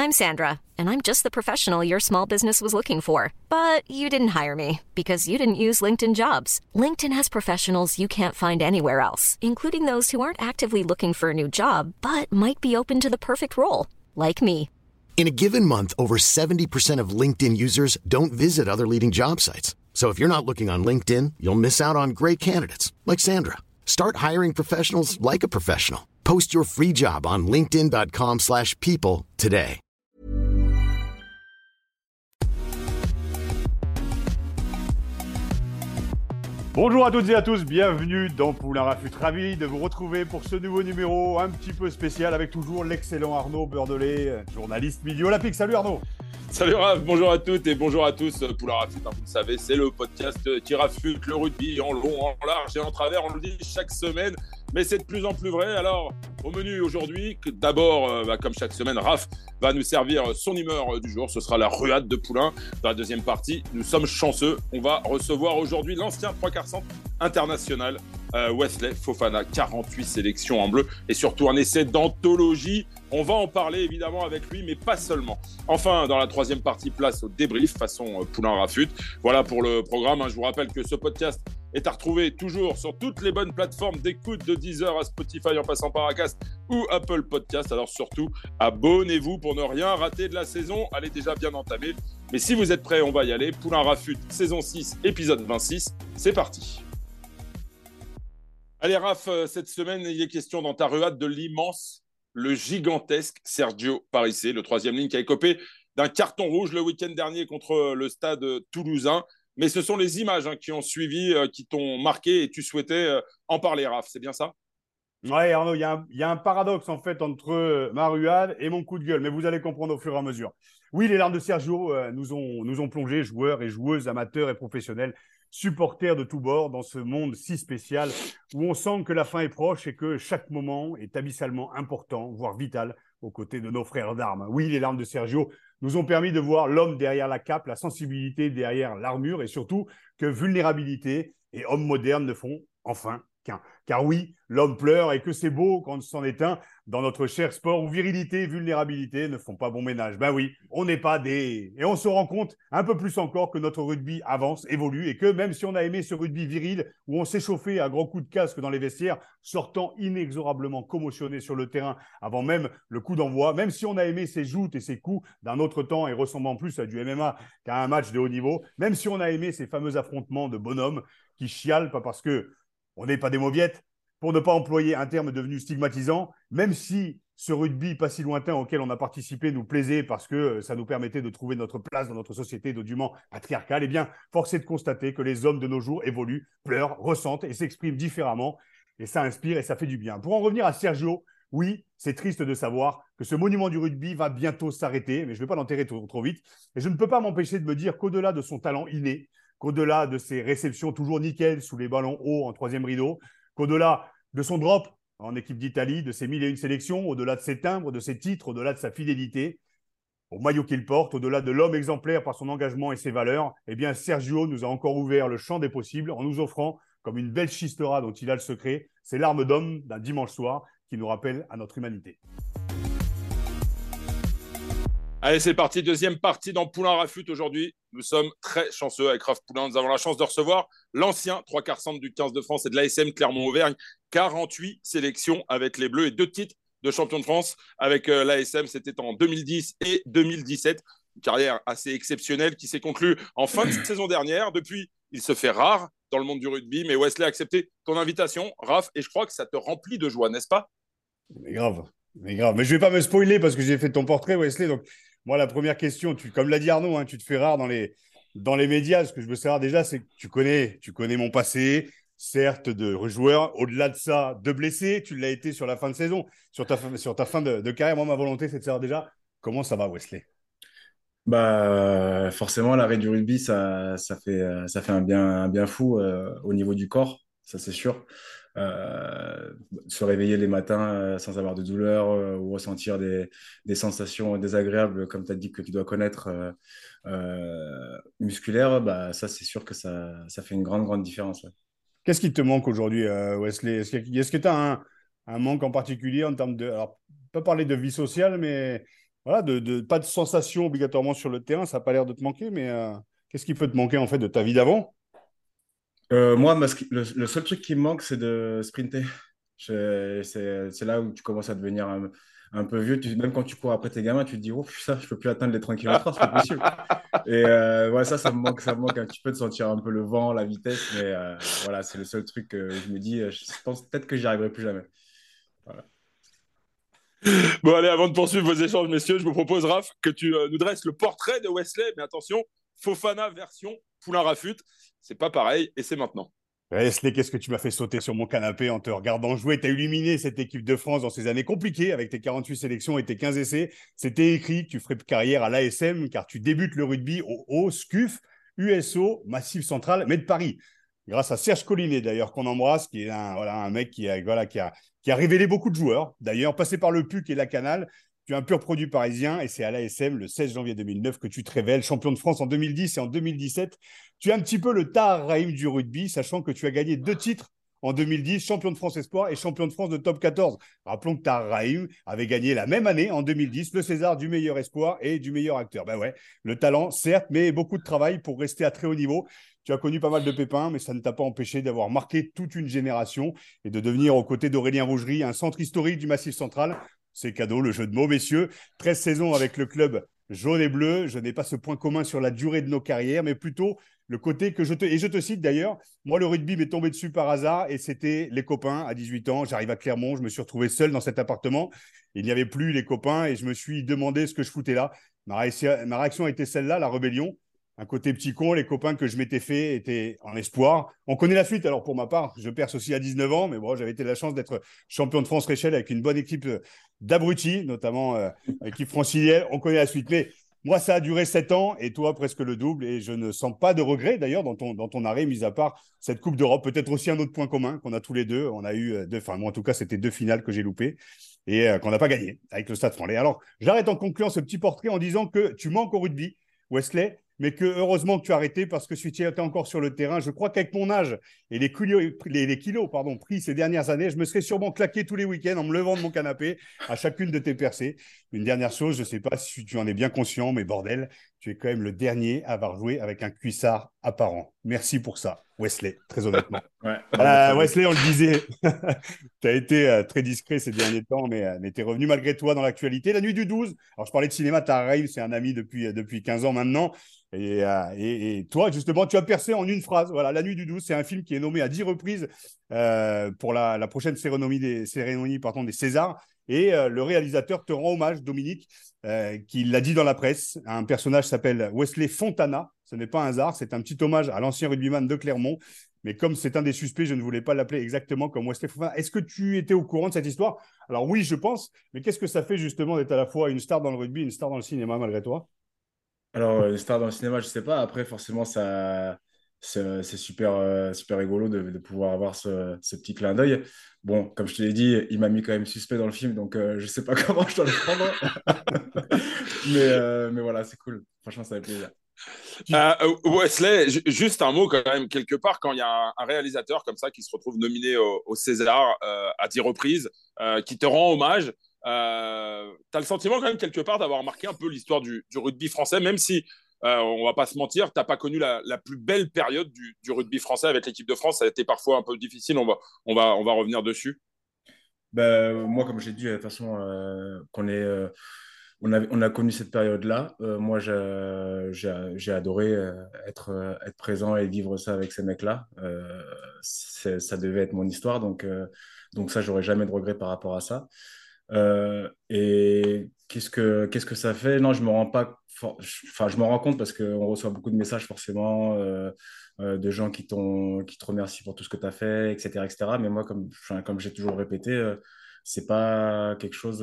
I'm Sandra, and I'm just the professional your small business was looking for. But you didn't hire me because you didn't use LinkedIn Jobs. LinkedIn has professionals you can't find anywhere else, including those who aren't actively looking for a new job, but might be open to the perfect role, like me. In a given month, over 70% of LinkedIn users don't visit other leading job sites. So if you're not looking on LinkedIn, you'll miss out on great candidates like Sandra. Start hiring professionals like a professional. Post your free job on linkedin.com/people today. Bonjour à toutes et à tous, bienvenue dans Poulain Rafut. Ravi de vous retrouver pour ce nouveau numéro un petit peu spécial avec toujours l'excellent Arnaud Beurdelet, journaliste Midi Olympique. Salut Arnaud. Salut Raph, bonjour à toutes et bonjour à tous. Poulain Rafut, vous le savez, c'est le podcast qui rafute le rugby en long, en large et en travers. On le dit chaque semaine, mais c'est de plus en plus vrai. Alors, au menu aujourd'hui, d'abord, comme chaque semaine, Raph va nous servir son humeur du jour. Ce sera la ruade de Poulain. Dans la deuxième partie, nous sommes chanceux. On va recevoir aujourd'hui l'ancien 3/4 centre international, Wesley Fofana, 48 sélections en bleu et surtout un essai d'anthologie. On va en parler évidemment avec lui, mais pas seulement. Enfin, dans la troisième partie, place au débrief façon Poulain Rafut. Voilà pour le programme. Je vous rappelle que ce podcast est à retrouver toujours sur toutes les bonnes plateformes d'écoute, de Deezer à Spotify en passant par Acast ou Apple Podcast. Alors surtout, abonnez-vous pour ne rien rater de la saison. Elle est déjà bien entamée. Mais si vous êtes prêts, on va y aller. Poulain Rafut, saison 6, épisode 26. C'est parti. Allez Raph, cette semaine, il est question dans ta ruade de l'immense, le gigantesque Sergio Parisse, le troisième ligne qui a écopé d'un carton rouge le week-end dernier contre le stade toulousain. Mais ce sont les images qui ont suivi, qui t'ont marqué et tu souhaitais en parler, Raph. C'est bien ça ? Ouais Arnaud, il y a un paradoxe en fait entre ma ruade et mon coup de gueule, mais vous allez comprendre au fur et à mesure. Oui, les larmes de Sergio nous ont plongés, joueurs et joueuses, amateurs et professionnels, supporters de tous bords dans ce monde si spécial où on sent que la fin est proche et que chaque moment est abyssalement important, voire vital, aux côtés de nos frères d'armes. Oui, les larmes de Sergio nous ont permis de voir l'homme derrière la cape, la sensibilité derrière l'armure et surtout que vulnérabilité et homme moderne ne font enfin qu'un. Car oui, l'homme pleure et que c'est beau quand c'en est un dans notre cher sport où virilité et vulnérabilité ne font pas bon ménage. Ben oui, on n'est pas des... Et on se rend compte un peu plus encore que notre rugby avance, évolue et que même si on a aimé ce rugby viril où on s'est chauffé à grands coups de casque dans les vestiaires, sortant inexorablement commotionné sur le terrain avant même le coup d'envoi, même si on a aimé ces joutes et ces coups d'un autre temps et ressemblant plus à du MMA qu'à un match de haut niveau, même si on a aimé ces fameux affrontements de bonhommes qui chialent, pas parce que on n'est pas des mauviettes, pour ne pas employer un terme devenu stigmatisant, même si ce rugby pas si lointain auquel on a participé nous plaisait parce que ça nous permettait de trouver notre place dans notre société dûment patriarcale, eh bien, force est de constater que les hommes de nos jours évoluent, pleurent, ressentent et s'expriment différemment. Et ça inspire et ça fait du bien. Pour en revenir à Sergio, oui, c'est triste de savoir que ce monument du rugby va bientôt s'arrêter, mais je ne vais pas l'enterrer trop vite. Et je ne peux pas m'empêcher de me dire qu'au-delà de son talent inné, qu'au-delà de ses réceptions toujours nickel sous les ballons hauts en troisième rideau, qu'au-delà de son drop en équipe d'Italie, de ses 1001 sélections, au-delà de ses timbres, de ses titres, au-delà de sa fidélité, au maillot qu'il porte, au-delà de l'homme exemplaire par son engagement et ses valeurs, eh bien Sergio nous a encore ouvert le champ des possibles en nous offrant, comme une belle chistera dont il a le secret, ces larmes d'homme d'un dimanche soir qui nous rappellent à notre humanité. Allez, c'est parti. Deuxième partie dans Poulain Rafut aujourd'hui. Nous sommes très chanceux avec Raph Poulain. Nous avons la chance de recevoir l'ancien 3/4 centre du 15 de France et de l'ASM Clermont-Auvergne. 48 sélections avec les Bleus et 2 titres de champion de France avec l'ASM. C'était en 2010 et 2017. Une carrière assez exceptionnelle qui s'est conclue en fin de saison dernière. Depuis, il se fait rare dans le monde du rugby. Mais Wesley a accepté ton invitation, Raph, et je crois que ça te remplit de joie, n'est-ce pas ? Mais grave. Mais je ne vais pas me spoiler parce que j'ai fait ton portrait, Wesley. Donc, moi, la première question, comme l'a dit Arnaud, tu te fais rare dans les médias. Ce que je veux savoir déjà, c'est que tu connais mon passé, certes, de joueur. Au-delà de ça, de blessé, tu l'as été sur la fin de saison, sur ta fin de carrière. Moi, ma volonté, c'est de savoir déjà comment ça va, Wesley. Forcément, l'arrêt du rugby, ça fait un bien fou au niveau du corps, ça c'est sûr. Se réveiller les matins sans avoir de douleur ou ressentir des sensations désagréables, comme tu as dit que tu dois connaître, musculaires, ça c'est sûr que ça fait une grande, grande différence. Ouais. Qu'est-ce qui te manque aujourd'hui, Wesley? Est-ce que tu as un manque en particulier en termes de... Alors, pas parler de vie sociale, mais voilà, pas de sensation obligatoirement sur le terrain, ça n'a pas l'air de te manquer, mais qu'est-ce qui peut te manquer en fait de ta vie d'avant? Moi, le seul truc qui me manque, c'est de sprinter. C'est là où tu commences à devenir un peu vieux. Même quand tu cours après tes gamins, tu te dis, oh, ça, je peux plus atteindre les 30 km/h, c'est pas possible. Et ouais, ça me manque un petit peu de sentir un peu le vent, la vitesse. Mais voilà, c'est le seul truc que je me dis, je pense peut-être que j'y arriverai plus jamais. Voilà. Bon, allez, avant de poursuivre vos échanges, messieurs, je vous propose, Raph, que tu nous dresses le portrait de Wesley. Mais attention, Fofana version Poulain-Rafut. C'est pas pareil et c'est maintenant. Wesley, qu'est-ce que tu m'as fait sauter sur mon canapé en te regardant jouer? Tu as illuminé cette équipe de France dans ces années compliquées avec tes 48 sélections et tes 15 essais. C'était écrit que tu ferais carrière à l'ASM car tu débutes le rugby au SCUF, USO, Massif Central, mais de Paris. Grâce à Serge Collinet, d'ailleurs, qu'on embrasse, qui est un mec qui a révélé beaucoup de joueurs. D'ailleurs, passé par le PUC et la Canal, tu es un pur produit parisien et c'est à l'ASM le 16 janvier 2009 que tu te révèles champion de France en 2010 et en 2017. Tu es un petit peu le Tahar Rahim du rugby, sachant que tu as gagné 2 titres en 2010, champion de France Espoir et champion de France de top 14. Rappelons que Tahar Rahim avait gagné la même année, en 2010, le César du meilleur espoir et du meilleur acteur. Ben ouais, le talent, certes, mais beaucoup de travail pour rester à très haut niveau. Tu as connu pas mal de pépins, mais ça ne t'a pas empêché d'avoir marqué toute une génération et de devenir, aux côtés d'Aurélien Rougerie, un centre historique du Massif Central. C'est cadeau, le jeu de mots, messieurs. 13 saisons avec le club jaune et bleu. Je n'ai pas ce point commun sur la durée de nos carrières, mais plutôt le côté que et je te cite d'ailleurs, moi le rugby m'est tombé dessus par hasard et c'était les copains à 18 ans. J'arrive à Clermont, je me suis retrouvé seul dans cet appartement. Il n'y avait plus les copains et je me suis demandé ce que je foutais là. Ma réaction a été celle-là, la rébellion. Un côté petit con, les copains que je m'étais fait étaient en espoir. On connaît la suite, alors pour ma part, je perce aussi à 19 ans, mais bon, j'avais été la chance d'être champion de France Réchelle avec une bonne équipe d'abrutis, notamment l'équipe francilienne. On connaît la suite. Mais moi, ça a duré 7 ans et toi, presque le double. Et je ne sens pas de regret d'ailleurs dans ton arrêt, mis à part cette Coupe d'Europe. Peut-être aussi un autre point commun qu'on a tous les deux. On a eu enfin, moi en tout cas, c'était 2 finales que j'ai loupées et qu'on n'a pas gagné avec le Stade Français. Alors, j'arrête en concluant ce petit portrait en disant que tu manques au rugby, Wesley, mais que heureusement que tu as arrêté parce que si tu étais encore sur le terrain, je crois qu'avec mon âge et les kilos pris ces dernières années, je me serais sûrement claqué tous les week-ends en me levant de mon canapé à chacune de tes percées. Une dernière chose, je ne sais pas si tu en es bien conscient, mais bordel, tu es quand même le dernier à avoir joué avec un cuissard apparent. Merci pour ça, Wesley, très honnêtement. Ouais, non, mais très bien. Wesley, on le disait, tu as été très discret ces derniers temps, mais tu es revenu malgré toi dans l'actualité. La nuit du 12, alors je parlais de cinéma, Tahar Rahim, c'est un ami depuis 15 ans maintenant. Et toi, justement, tu as percé en une phrase. Voilà, La Nuit du 12, c'est un film qui est nommé à 10 reprises pour la prochaine cérémonie des Césars. Et le réalisateur te rend hommage, Dominique, qui l'a dit dans la presse. Un personnage s'appelle Wesley Fontana. Ce n'est pas un hasard, c'est un petit hommage à l'ancien rugbyman de Clermont. Mais comme c'est un des suspects, je ne voulais pas l'appeler exactement comme Wesley Fontana. Est-ce que tu étais au courant de cette histoire? Alors oui, je pense. Mais qu'est-ce que ça fait justement d'être à la fois une star dans le rugby et une star dans le cinéma, malgré toi? Alors, une star dans le cinéma, je sais pas. Après, forcément, c'est super, super rigolo de pouvoir avoir ce petit clin d'œil. Bon, comme je te l'ai dit, il m'a mis quand même suspect dans le film, donc je sais pas comment je dois le prendre. Mais voilà, c'est cool. Franchement, ça fait plaisir. Wesley, juste un mot quand même, quelque part, quand il y a un réalisateur comme ça qui se retrouve nominé au César à 10 reprises, qui te rend hommage, tu as le sentiment quand même quelque part d'avoir marqué un peu l'histoire du rugby français, même si, on va pas se mentir, tu n'as pas connu la plus belle période du rugby français avec l'équipe de France. Ça a été parfois un peu difficile, on va revenir dessus. Ben, moi, comme j'ai dit, de toute façon, on a connu cette période-là. Moi, j'ai adoré être présent et vivre ça avec ces mecs-là. Ça devait être mon histoire, donc ça, j'aurais jamais de regrets par rapport à ça. Et qu'est-ce que ça fait? Non, je me rends pas, enfin, je me rends compte parce qu'on reçoit beaucoup de messages forcément de gens qui te remercient pour tout ce que tu as fait, etc., etc. Mais moi, comme j'ai toujours répété, c'est pas quelque chose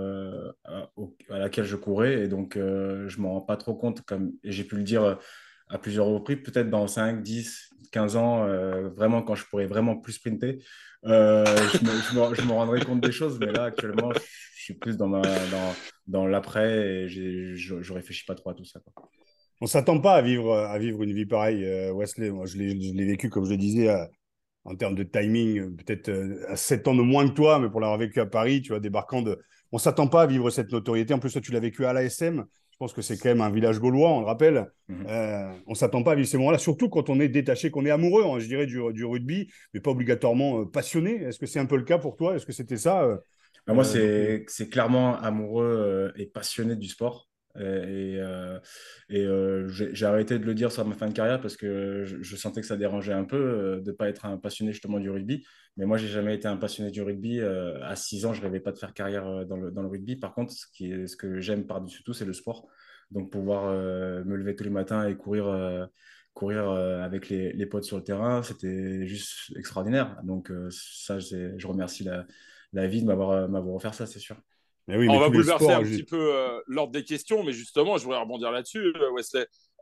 à laquelle je courais et donc je m'en rends pas trop compte et j'ai pu le dire à plusieurs reprises, peut-être dans 5 10 15 ans, vraiment quand je pourrais vraiment plus sprinter, je me rendrai compte des choses, mais là actuellement je suis plus dans l'après et je réfléchis pas trop à tout ça, quoi. On ne s'attend pas à vivre une vie pareille, Wesley. Moi, je l'ai vécu, comme je le disais, en termes de timing, peut-être à 7 ans de moins que toi, mais pour l'avoir vécu à Paris, tu vois, débarquant on s'attend pas à vivre cette notoriété. En plus, toi, tu l'as vécu à l'ASM. Je pense que c'est quand même un village gaulois, on le rappelle. Mhm. On s'attend pas à vivre ces moments-là, surtout quand on est détaché, qu'on est amoureux, hein, je dirais, du rugby, mais pas obligatoirement passionné. Est-ce que c'est un peu le cas pour toi? Est-ce que c'était ça Bah, moi, dans tes- c'est clairement amoureux et passionné du sport. J'ai arrêté de le dire sur ma fin de carrière parce que je sentais que ça dérangeait un peu de ne pas être un passionné justement du rugby. Mais moi, j'ai jamais été un passionné du rugby. À 6 ans, je rêvais pas de faire carrière dans le rugby. Par contre, ce que j'aime par-dessus tout, c'est le sport. Donc, pouvoir me lever tous les matins et courir avec les potes sur le terrain, c'était juste extraordinaire. Donc, ça, je remercie la vie de m'avoir offert ça, c'est sûr. Mais oui, On mais va tous les bouleverser sports, un petit peu l'ordre des questions, mais justement, je voudrais rebondir là-dessus, Wesley.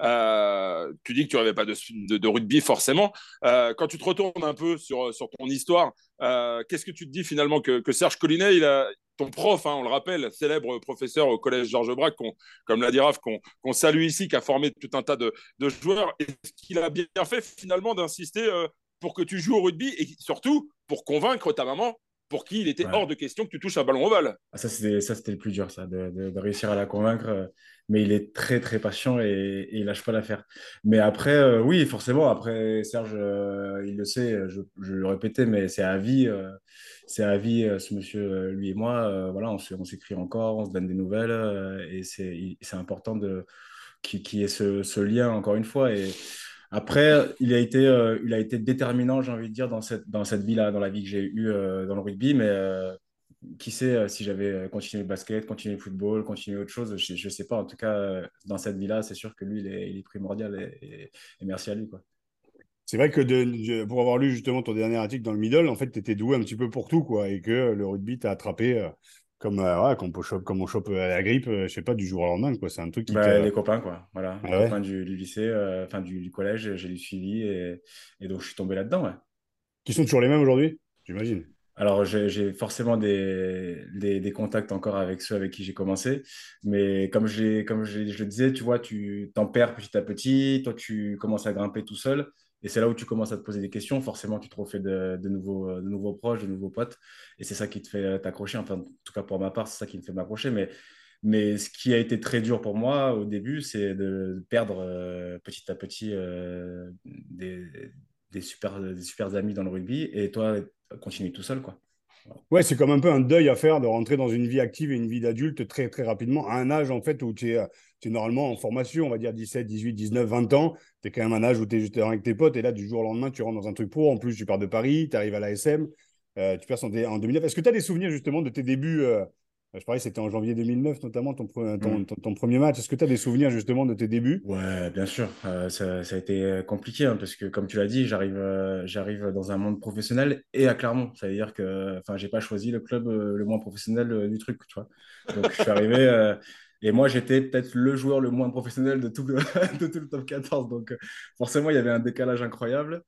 Tu dis que tu n'avais pas de rugby forcément. Quand tu te retournes un peu sur ton histoire, qu'est-ce que tu te dis finalement que Serge Collinet, ton prof, hein, on le rappelle, célèbre professeur au collège Georges Braque, comme l'a dit Raph, qu'on salue ici, qui a formé tout un tas de joueurs, est-ce qu'il a bien fait finalement d'insister pour que tu joues au rugby et surtout pour convaincre ta maman pour qui il était hors Ouais. de question que tu touches un ballon ovale? Ah, ça, c'était le plus dur, ça, de réussir à la convaincre. Mais il est très, très patient et il lâche pas l'affaire. Mais après, oui, forcément, après, Serge, il le sait, je le répétais, mais c'est à vie, ce monsieur, lui et moi. Voilà, on s'écrit encore, on se donne des nouvelles. Et c'est important qu'il y ait ce lien, encore une fois. Et après, il a été déterminant, j'ai envie de dire, dans cette vie-là, dans la vie que j'ai eue dans le rugby. Mais qui sait si j'avais continué le basket, continué le football, continué autre chose, je ne sais pas. En tout cas, dans cette vie-là, c'est sûr que lui, il est primordial et merci à lui, quoi. c'est vrai que pour avoir lu justement ton dernier article dans le Middle, en fait, tu étais doué un petit peu pour tout, quoi, et que le rugby t'a attrapé ouais, comme on chope la grippe, je sais pas, du jour au lendemain, quoi. C'est un truc qui Bah, t'a. les copains, quoi. Voilà, Ah les ouais. copains du lycée, enfin du collège, j'ai lu suivi et donc je suis tombé là-dedans, ouais. Qui sont toujours les mêmes aujourd'hui, j'imagine. Alors, j'ai forcément des contacts encore avec ceux avec qui j'ai commencé, mais je le disais, tu vois, tu t'en perds petit à petit, toi, tu commences à grimper tout seul, et c'est là où tu commences à te poser des questions. Forcément, tu te refais de nouveaux proches, de nouveaux potes, et c'est ça qui te fait t'accrocher. Enfin, en tout cas, pour ma part, c'est ça qui me fait m'accrocher. Mais ce qui a été très dur pour moi au début, c'est de perdre petit à petit des super amis dans le rugby, et toi, continue tout seul, quoi. Voilà. Ouais, c'est comme un peu un deuil à faire de rentrer dans une vie active et une vie d'adulte très, très rapidement, à un âge en fait où tu es normalement en formation, on va dire 17, 18, 19, 20 ans. Tu es quand même un âge où tu es juste avec tes potes et là, du jour au lendemain, tu rentres dans un truc pro. En plus, tu pars de Paris, tu arrives à la SM, tu passes en 2009. Est-ce que tu as des souvenirs justement de tes débuts je parlais, c'était en janvier 2009 notamment ton premier match. Est-ce que tu as des souvenirs justement de tes débuts? Ouais, bien sûr. Ça a été compliqué hein, parce que, comme tu l'as dit, j'arrive dans un monde professionnel et à Clermont. Ça veut dire que, enfin, j'ai pas choisi le club le moins professionnel du truc, tu vois. Donc, je suis arrivé et moi, j'étais peut-être le joueur le moins professionnel de tout de tout le top 14. Donc, forcément, il y avait un décalage incroyable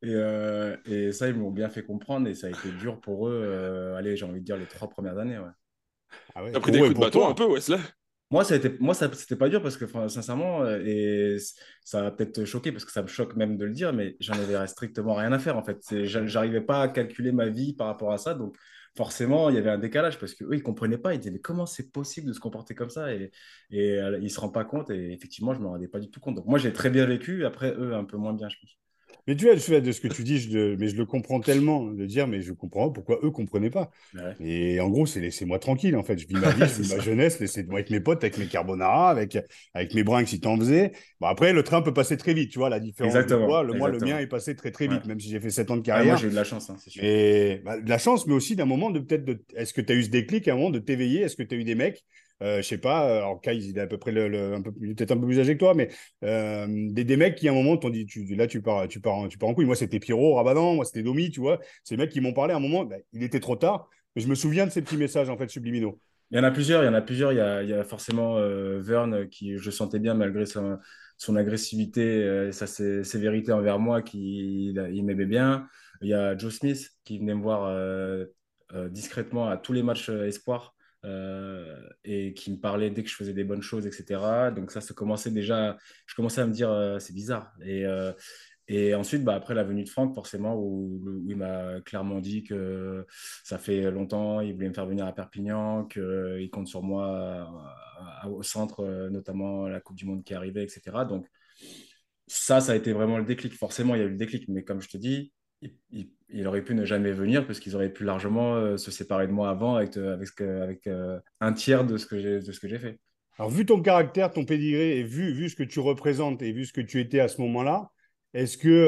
et ça, ils m'ont bien fait comprendre et ça a été dur pour eux. Allez, j'ai envie de dire les 3 premières années. Ouais. Ah ouais, T'as pris pour des eux et coups de pour bâton un toi. peu, Wesley? C'était pas dur parce que, enfin, sincèrement, ça va peut-être te choquer parce que ça me choque même de le dire, mais j'en avais strictement rien à faire en fait. J'arrivais pas à calculer ma vie par rapport à ça, donc forcément, il y avait un décalage parce qu'eux, ils comprenaient pas. Ils disaient, mais comment c'est possible de se comporter comme ça? Et ils se rendent pas compte, et effectivement, je me rendais pas du tout compte. Donc, moi, j'ai très bien vécu, après, eux, un peu moins bien, je pense. Mais tu vois, de ce que tu dis, mais je le comprends tellement de dire, mais je comprends pas pourquoi eux comprenaient pas. Ouais, Et en gros, c'est laissez-moi tranquille. En fait, je vis ma vie, je c'est vis ma ça. jeunesse, laissez-moi avec mes potes, avec mes carbonara, avec mes brinques si t'en faisais. Bon, après, le train peut passer très vite, tu vois, la différence de toi. Exactement, Moi, le mien exactement. est passé très, très Ouais. vite, même si j'ai fait 7 ans de Ah, moi, carrière. j'ai eu de la chance, hein, c'est sûr. Mais bah, de la chance, mais aussi d'un moment de peut-être est-ce que tu as eu ce déclic à un moment de t'éveiller? Est-ce que tu as eu des mecs, je sais pas, alors Kai, il est à peu près peut-être un peu plus âgé que toi, mais des mecs qui à un moment t'ont dit, là tu pars en couille. Moi c'était Pierrot, Rabadan, moi c'était Domi, tu vois. Ces mecs qui m'ont parlé à un moment, bah, il était trop tard, mais je me souviens de ces petits messages en fait subliminaux. Il y en a plusieurs, il y en a plusieurs. Il y a forcément Verne qui, je sentais bien, malgré son agressivité, sa sévérité envers moi, il m'aimait bien. Il y a Joe Smith qui venait me voir discrètement à tous les matchs espoir et qui me parlait dès que je faisais des bonnes choses, etc. Donc ça commençait déjà, je commençais à me dire c'est bizarre. Et ensuite, après la venue de Franck, forcément, où il m'a clairement dit que ça fait longtemps, il voulait me faire venir à Perpignan, qu'il compte sur moi au centre, notamment la Coupe du Monde qui est arrivée, etc. Donc, ça a été vraiment le déclic. Forcément, il y a eu le déclic, mais comme je te dis, il aurait pu ne jamais venir parce qu'ils auraient pu largement se séparer de moi avant avec un tiers de de ce que j'ai fait. Alors, vu ton caractère, ton pédigré, et vu ce que tu représentes et vu ce que tu étais à ce moment-là, est-ce que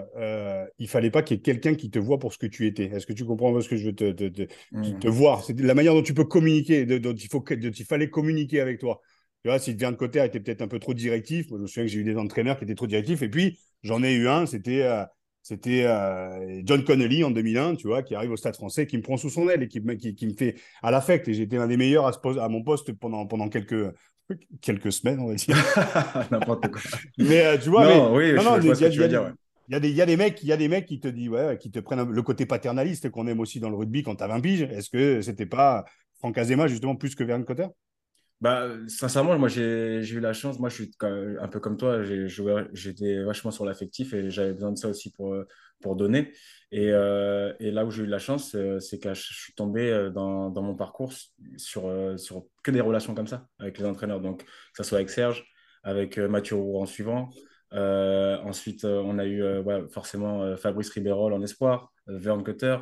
il fallait pas qu'il y ait quelqu'un qui te voit pour ce que tu étais? Est-ce que tu comprends un peu ce que je veux te Hmm. voir? C'est la manière dont tu peux communiquer, dont il fallait communiquer avec toi. Tu vois, si Verne Cotter était peut-être un peu trop directif, moi je me souviens que j'ai eu des entraîneurs qui étaient trop directifs, et puis j'en ai eu un, c'était John Connolly en 2001, tu vois, qui arrive au Stade Français, qui me prend sous son aile et qui me fait à l'affect. Et j'étais l'un des meilleurs à mon poste pendant quelques semaines, on va dire. N'importe quoi. Mais tu vois, mais Non, oui, non, non, je vois ce que tu veux dire. Ouais. il y a des mecs, il y a des mecs qui te disent, ouais, qui te prennent le côté paternaliste qu'on aime aussi dans le rugby quand tu as 20 piges. Est-ce que c'était pas Franck Azema, justement, plus que Verne Cotter? Sincèrement, moi, j'ai eu la chance. Moi, je suis un peu comme toi. J'étais vachement sur l'affectif et j'avais besoin de ça aussi pour donner. Et là où j'ai eu de la chance, c'est que je suis tombé dans mon parcours sur que des relations comme ça avec les entraîneurs. Donc, que ce soit avec Serge, avec Mathieu Roux en suivant. Ensuite, on a eu ouais, forcément Fabrice Ribeyrol en espoir, Verne Cotter.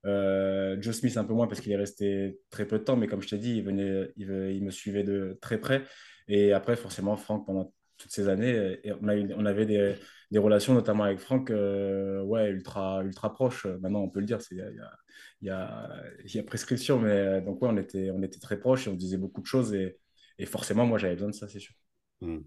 Joe Smith un peu moins parce qu'il est resté très peu de temps, mais comme je t'ai dit, il me suivait de très près. Et après, forcément, Franck, pendant toutes ces années, et on avait des relations, notamment avec Franck, ouais, ultra proches. Maintenant, on peut le dire, il y a, il y a prescription, mais donc ouais, on était très proches et on disait beaucoup de choses. Et forcément, moi, j'avais besoin de ça, c'est sûr. Hmm.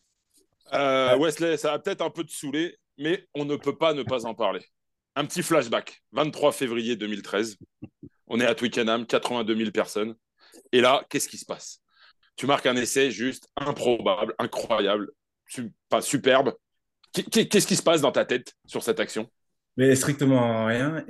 Ouais. Wesley, ça va peut-être un peu te saouler, mais on ne peut pas ne pas en parler. Un petit flashback. 23 février 2013. On est à Twickenham, 82 000 personnes. Et là, qu'est-ce qui se passe? Tu marques un essai juste improbable, incroyable, pas superbe. Qu'est-ce qui se passe dans ta tête sur cette action? Mais strictement rien.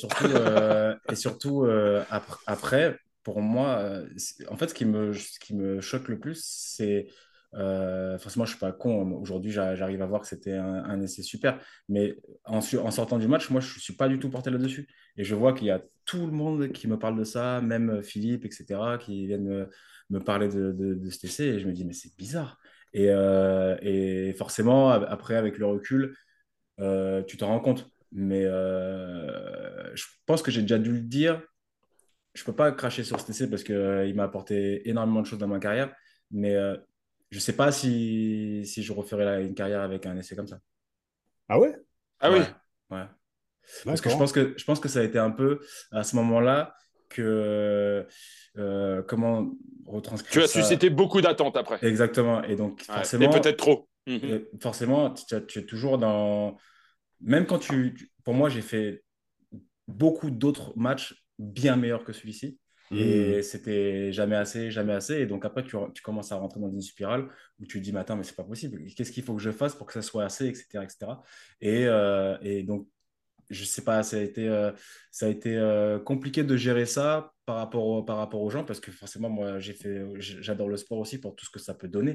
Et surtout après, pour moi, en fait, ce qui me choque le plus, c'est forcément, je suis pas con. Aujourd'hui, j'arrive à voir que c'était un essai super. Mais en sortant du match, moi, je suis pas du tout porté là-dessus. Et je vois qu'il y a tout le monde qui me parle de ça, même Philippe, etc., qui viennent me parler de cet essai. Et je me dis, mais c'est bizarre. Et forcément, après, avec le recul, tu t'en rends compte. Mais je pense que j'ai déjà dû le dire. Je peux pas cracher sur cet essai parce qu'il il m'a apporté énormément de choses dans ma carrière. Mais je sais pas si je referais une carrière avec un essai comme ça. Ah ouais? Ah oui, Ouais, ouais. Parce que D'accord. je pense que ça a été un peu à ce moment-là que comment tu retranscrire as ça suscité beaucoup d'attentes après. exactement. Et donc Ouais. Et peut-être trop. Mhm. forcément, tu es toujours dans même quand pour moi, j'ai fait beaucoup d'autres matchs bien meilleurs que celui-ci. Hmm. Et c'était jamais assez, jamais assez. Et donc après, tu commences à rentrer dans une spirale où tu te dis, mais attends, mais c'est pas possible. Qu'est-ce qu'il faut que je fasse pour que ça soit assez, etc., etc. Et donc, je sais pas, ça a été compliqué de gérer ça par rapport aux gens parce que forcément, moi, j'adore le sport aussi pour tout ce que ça peut donner.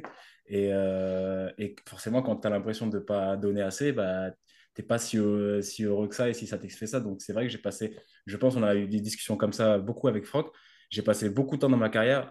Et forcément, quand tu as l'impression de ne pas donner assez, bah, t'es pas si heureux que ça et si ça fait ça. Donc, c'est vrai que je pense, on a eu des discussions comme ça beaucoup avec Franck. J'ai passé beaucoup de temps dans ma carrière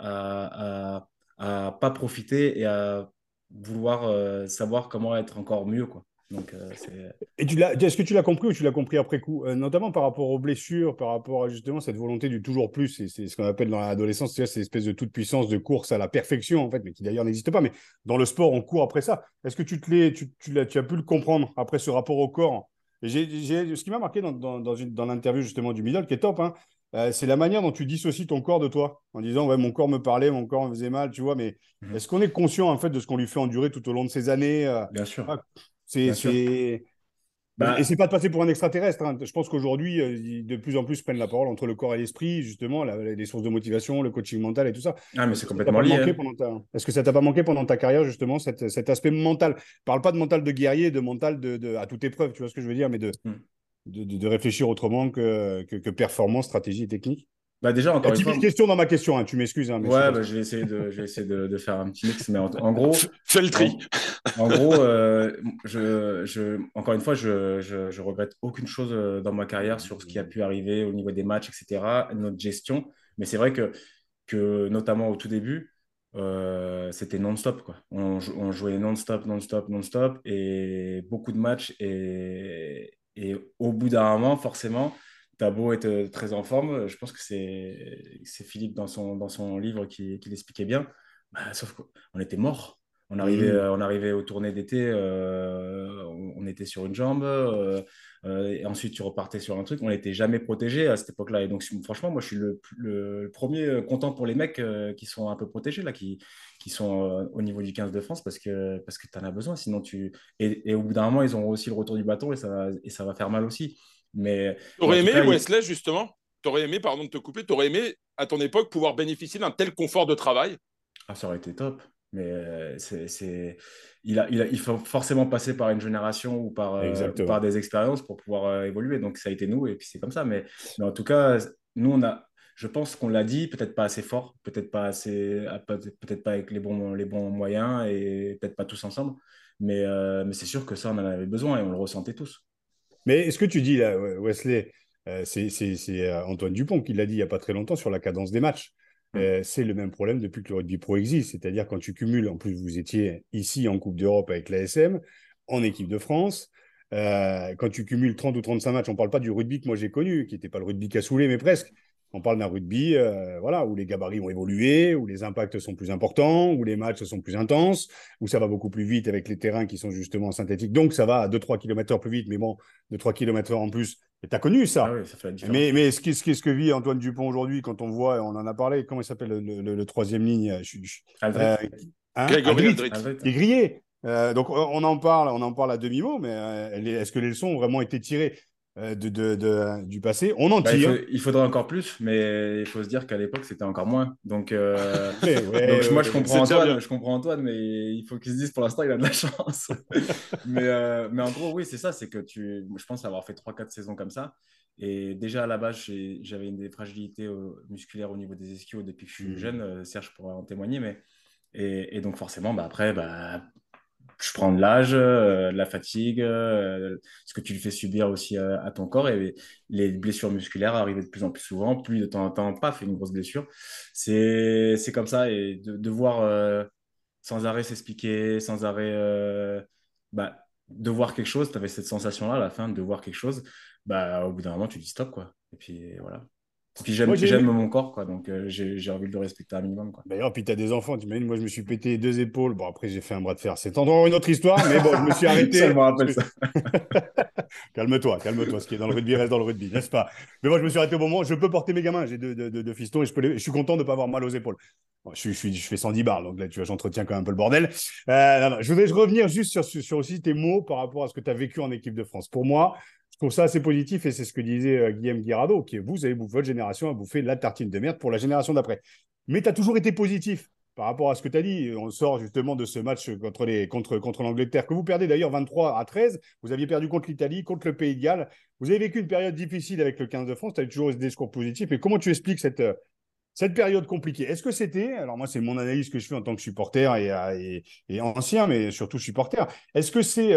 à pas profiter et à vouloir savoir comment être encore mieux, quoi. Donc, Et est-ce que tu l'as compris ou tu l'as compris après coup? Notamment par rapport aux blessures, par rapport à justement cette volonté du toujours plus. C'est ce qu'on appelle dans l'adolescence, tu vois, cette espèce de toute puissance de course à la perfection, en fait, mais qui d'ailleurs n'existe pas. Mais dans le sport, on court après ça. Est-ce que tu as pu le comprendre après ce rapport au corps? Et ce qui m'a marqué dans l'interview justement du middle, qui est top, hein, c'est la manière dont tu dissocies ton corps de toi, en disant, ouais, mon corps me parlait, mon corps me faisait mal, tu vois, mais mhm. est-ce qu'on est conscient, en fait, de ce qu'on lui fait endurer tout au long de ces années? Bien sûr, Ah, c'est, bien sûr. c'est... Et Bah, c'est pas de passer pour un extraterrestre, hein. Je pense qu'aujourd'hui, ils de plus en plus prennent la parole entre le corps et l'esprit, justement, les sources de motivation, le coaching mental et tout ça. ah, mais Est-ce c'est que ça t'a complètement pas lié, manqué hein. pendant Est-ce que ça t'a pas manqué pendant ta carrière, justement, cet aspect mental? Je parle pas de mental de guerrier, de mental à toute épreuve, tu vois ce que je veux dire, mais Mm. de réfléchir autrement que performance, stratégie et technique. Bah déjà, La encore une fois, typique question dans ma question, hein, tu m'excuses, hein, mais c'est ouais, comme bah, ça. je vais essayer de faire un petit mix, mais en gros, Fais le tri. en, en gros, encore une fois, je regrette aucune chose dans ma carrière sur ce qui a pu arriver au niveau des matchs, etc., notre gestion. Mais c'est vrai que notamment au tout début, c'était non-stop, quoi. On jouait non-stop, non-stop, non-stop, et beaucoup de matchs. Et au bout d'un moment, forcément, t'as beau être très en forme, je pense que c'est Philippe dans son livre qui l'expliquait bien. Bah, sauf qu'on était mort. Mmh. On arrivait aux tournées d'été, on était sur une jambe, et ensuite tu repartais sur un truc. On n'était jamais protégé à cette époque-là. Et donc, franchement, moi, je suis le premier content pour les mecs qui sont un peu protégés, là, qui sont au niveau du 15 de France, parce que tu en as besoin. Sinon, et au bout d'un moment, ils ont aussi le retour du bâton et ça va faire mal aussi. Mais en T'aurais tout aimé, cas, Wesley, justement, t'aurais aimé, pardon de te couper, t'aurais aimé, à ton époque, pouvoir bénéficier d'un tel confort de travail? ah, ça aurait été top. Mais il faut forcément passer par une génération ou par Exactement. des expériences pour pouvoir évoluer. Donc ça a été nous et puis c'est comme ça. Mais en tout cas, nous, je pense qu'on l'a dit, peut-être pas assez fort, peut-être pas assez, peut-être pas avec les bons moyens et peut-être pas tous ensemble. Mais c'est sûr que ça, on en avait besoin et on le ressentait tous. Mais ce que tu dis là, Wesley, c'est Antoine Dupont qui l'a dit il n'y a pas très longtemps sur la cadence des matchs. Mm. C'est le même problème depuis que le rugby pro existe. C'est-à-dire quand tu cumules, en plus vous étiez ici en Coupe d'Europe avec l'ASM, en équipe de France, quand tu cumules 30 ou 35 matchs, on ne parle pas du rugby que moi j'ai connu, qui n'était pas le rugby cassoulet, mais presque. On parle d'un rugby voilà, où les gabarits ont évolué, où les impacts sont plus importants, où les matchs sont plus intenses, où ça va beaucoup plus vite avec les terrains qui sont justement synthétiques. Donc ça va à 2-3 km/h plus vite, mais bon, de 3 km/h en plus. Et tu as connu Ah ça. oui, ça fait la différence. Mais ce que vit Antoine Dupont aujourd'hui, quand on voit, on en a parlé, comment il s'appelle le troisième ligne euh, Aldrit. Grégory Aldrit, Aldrit. Aldrit. qui est grillé. Donc on en parle à demi-mot, mais est-ce que les leçons ont vraiment été tirées du passé? On en Bah, il faut, tire. il faudrait encore plus, mais il faut se dire qu'à l'époque, c'était encore moins. Donc, Ouais, donc ouais, moi, je ouais, ouais. comprends C'est déjà bien. Antoine, mais il faut qu'il se dise pour l'instant, il a de la chance. Mais en gros, oui, c'est ça, c'est que je pense avoir fait 3 4 saisons comme ça. Et déjà à la base, j'avais une des fragilités musculaires au niveau des ischios depuis que je suis Hmm. jeune. Serge pourra en témoigner. Et donc forcément, bah, après, bah, je prends de l'âge, de la fatigue, ce que tu lui fais subir aussi à ton corps. Et les blessures musculaires arrivent de plus en plus souvent. Plus de temps en temps, paf, une grosse blessure. C'est comme ça. Et de devoir sans arrêt s'expliquer, sans arrêt bah, de voir quelque chose, tu avais cette sensation-là à la fin de voir quelque chose. Bah, au bout d'un moment, tu dis stop, quoi. Et puis voilà. Et puis Moi, j'ai j'aime aimé. mon corps, quoi. Donc j'ai envie de le respecter un minimum, quoi. D'ailleurs, puis tu as des enfants, tu imagines, moi je me suis pété 2 épaules. Bon, après j'ai fait un bras de fer. C'est encore une autre histoire, mais bon, je me suis Ça, je me arrêté. rappelle ça. Calme-toi, calme-toi. Ce qui est dans le rugby reste dans le rugby, n'est-ce pas? Mais moi, je me suis arrêté au moment où je peux porter mes gamins. J'ai deux fistons et je suis content de ne pas avoir mal aux épaules. Bon, je fais 110 barres, donc là, tu vois, j'entretiens quand même un peu le bordel. Non, non, je voudrais revenir juste sur aussi tes mots par rapport à ce que tu as vécu en équipe de France. Pour moi, je trouve ça assez positif et c'est ce que disait Guillaume Guirado, qui est vous avez votre génération a bouffé la tartine de merde pour la génération d'après. Mais tu as toujours été positif par rapport à ce que tu as dit. On sort justement de ce match contre l'Angleterre, que vous perdez d'ailleurs 23-13. Vous aviez perdu contre l'Italie, contre le Pays de Galles. Vous avez vécu une période difficile avec le 15 de France. Tu as toujours eu des discours positifs. Et comment tu expliques cette période compliquée? Est-ce que c'était, alors moi c'est mon analyse que je fais en tant que supporter et ancien, mais surtout supporter, est-ce que c'est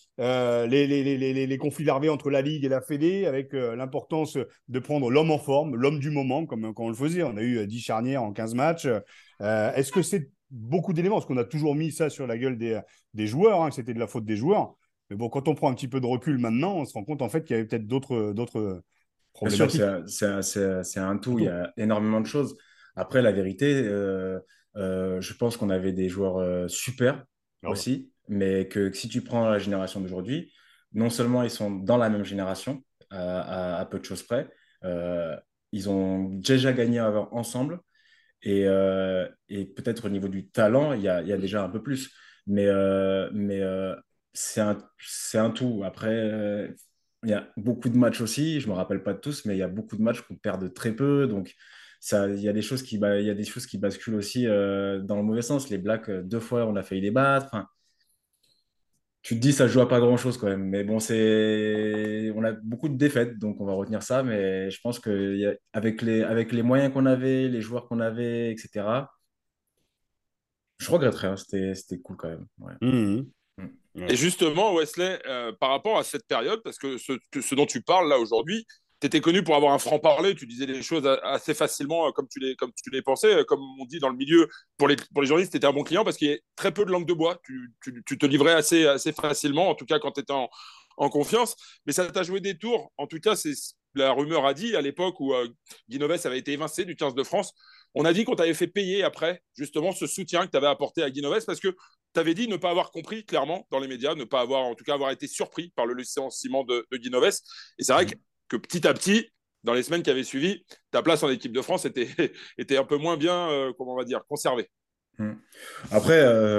les conflits larvés entre la Ligue et la Fédé avec l'importance de prendre l'homme en forme, l'homme du moment, comme quand on le faisait, on a eu 10 charnières en 15 matchs. Est-ce que c'est beaucoup d'éléments? Parce qu'on a toujours mis ça sur la gueule des joueurs, hein, que c'était de la faute des joueurs. Mais bon, quand on prend un petit peu de recul maintenant, on se rend compte en fait qu'il y avait peut-être d'autres Bien sûr, problématiques. c'est un Un tout, il y tout. a énormément de choses. Après, la vérité, je pense qu'on avait des joueurs super Ah ouais. aussi, mais que si tu prends la génération d'aujourd'hui, non seulement ils sont dans la même génération, à peu de choses près, euh, ils ont déjà gagné ensemble, et peut-être au niveau du talent, il y a déjà un peu plus. Mais c'est un tout. Après, il y a beaucoup de matchs aussi, je ne me rappelle pas de tous, mais il y a beaucoup de matchs qu'on perd de très peu. Donc, il y a des choses il y a des choses qui basculent aussi dans le mauvais sens. Les Blacks, 2 fois, on a failli les battre. Enfin, tu te dis, ça joue à pas grand-chose quand même. Mais bon, on a beaucoup de défaites, donc on va retenir ça. Mais je pense avec les moyens qu'on avait, les joueurs qu'on avait, etc., je regretterais, hein. C'était cool quand même. Ouais. Mhm. Mm. Et Ouais. justement, Wesley, par rapport à cette période, parce que ce dont tu parles là aujourd'hui, tu étais connu pour avoir un franc-parler, tu disais les choses assez facilement comme tu les pensais, comme on dit dans le milieu, pour les journalistes, tu étais un bon client parce qu'il y a très peu de langue de bois, tu te livrais assez facilement, en tout cas quand tu étais en confiance, mais ça t'a joué des tours, en tout cas, c'est la rumeur a dit à l'époque où Guy Novès avait été évincé du 15 de France, on a dit qu'on t'avait fait payer après, justement, ce soutien que tu avais apporté à Guy Novès parce que tu avais dit ne pas avoir compris clairement dans les médias, ne pas avoir, en tout cas, avoir été surpris par le licenciement de Guy Novès. Et c'est vrai Mm. que petit à petit, dans les semaines qui avaient suivi, ta place en équipe de France était, était un peu moins bien, comment on va dire, conservée. Mm. Après,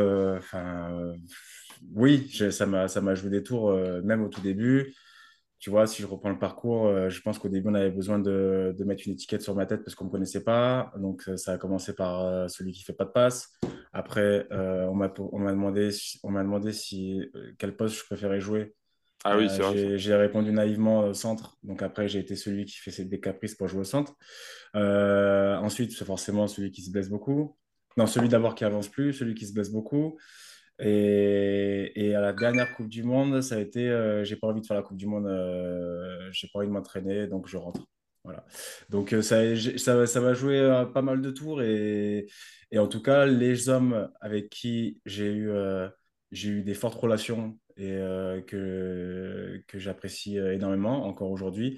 oui, ça m'a joué des tours, même au tout début. Tu vois, si je reprends le parcours, je pense qu'au début, on avait besoin de mettre une étiquette sur ma tête parce qu'on ne me connaissait pas. Donc, ça a commencé par celui qui fait pas de passe. Après, on m'a demandé quel poste je préférais jouer. Ah oui, c'est vrai ça. J'ai répondu naïvement au centre. Donc, après, j'ai été celui qui fait des caprices pour jouer au centre. Ensuite, c'est forcément celui qui se blesse beaucoup. Non, celui d'abord qui avance plus, celui qui se blesse beaucoup. Et à la dernière Coupe du Monde, ça a été j'ai pas envie de faire la Coupe du Monde, j'ai pas envie de m'entraîner, donc je rentre. Voilà. Donc ça va jouer pas mal de tours. Et en tout cas, les hommes avec qui j'ai eu des fortes relations et que j'apprécie énormément encore aujourd'hui,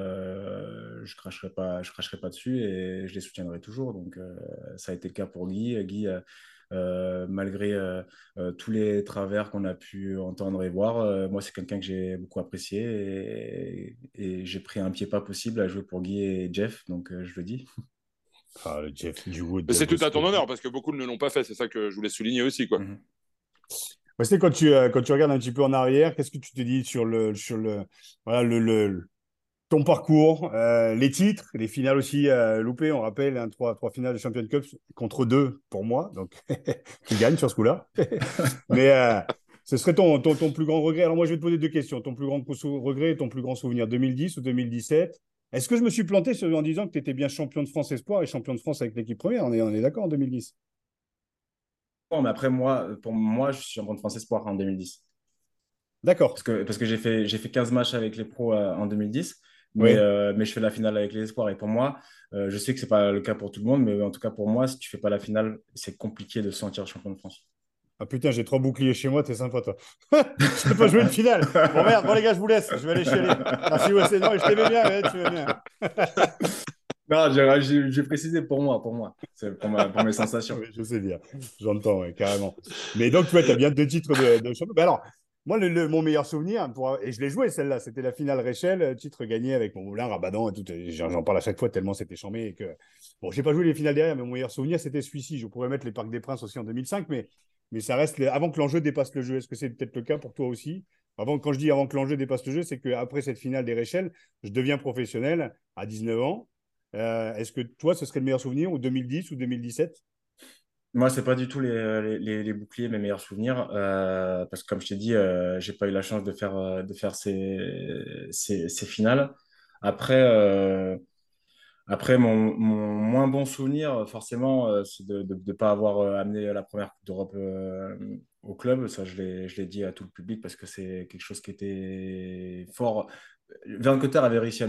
je cracherai pas dessus et je les soutiendrai toujours. Donc ça a été le cas pour Guy. Guy, malgré tous les travers qu'on a pu entendre et voir. Moi, c'est quelqu'un que j'ai beaucoup apprécié et j'ai pris un pied pas possible à jouer pour Guy et Jeff, donc je le dis. Ah, le Jeff Duwood, Mais Jeff c'est tout à ton Bosco. honneur parce que beaucoup ne l'ont pas fait, c'est ça que je voulais souligner aussi, quoi. Mhm. Ouais, c'était quand tu regardes un petit peu en arrière, qu'est-ce que tu te dis voilà, ton parcours, les titres, les finales aussi loupées, on rappelle, hein, trois finales de Champions Cup contre deux pour moi, donc tu gagnes sur ce coup-là. Mais ce serait ton plus grand regret. Alors moi, je vais te poser deux questions. Ton plus grand regret et ton plus grand souvenir, 2010 ou 2017? Est-ce que je me suis planté en disant que tu étais bien champion de France espoir et champion de France avec l'équipe première? On est d'accord en 2010? Bon, mais après, moi, pour moi, je suis champion de France Espoir en 2010. D'accord. Parce que j'ai fait 15 matchs avec les pros en 2010, Oui. mais je fais la finale avec les espoirs. Et pour moi, je sais que ce n'est pas le cas pour tout le monde, mais en tout cas pour moi, si tu fais pas la finale, c'est compliqué de se sentir champion de France. Ah putain, j'ai trois boucliers chez moi, t'es sympa toi. Je n'ai pas joué une finale. Bon merde, bon les gars, je vous laisse, je vais aller chialer. Merci, ouais, non, je t'aimais bien, ouais, tu m'aimes bien. Non, j'ai précisé pour moi. C'est pour mes sensations. Oui, je sais bien, j'entends, ouais, carrément. Mais donc, tu vois, tu as bien deux titres de champion. Ben alors, moi, mon meilleur souvenir, et je l'ai joué celle-là, c'était la finale Réchelle, titre gagné avec mon moulin, Rabadan et tout. J'en parle à chaque fois tellement c'était chambé. Et que... Bon, j'ai pas joué les finales derrière, mais mon meilleur souvenir, c'était celui-ci. Je pourrais mettre les Parcs des Princes aussi en 2005, mais ça reste avant que l'enjeu dépasse le jeu. Est-ce que c'est peut-être le cas pour toi aussi? Quand je dis avant que l'enjeu dépasse le jeu, c'est qu'après cette finale des Réchelles, je deviens professionnel à 19 ans. Est-ce que toi, ce serait le meilleur souvenir ou 2010 ou 2017? Moi, c'est pas du tout les boucliers, mes meilleurs souvenirs, parce que comme je t'ai dit, j'ai pas eu la chance de faire ces finales. Après, mon moins bon souvenir, forcément, c'est de ne pas avoir amené la première Coupe d'Europe au club. Ça, je l'ai dit à tout le public parce que c'est quelque chose qui était fort. Verne Cotter avait réussi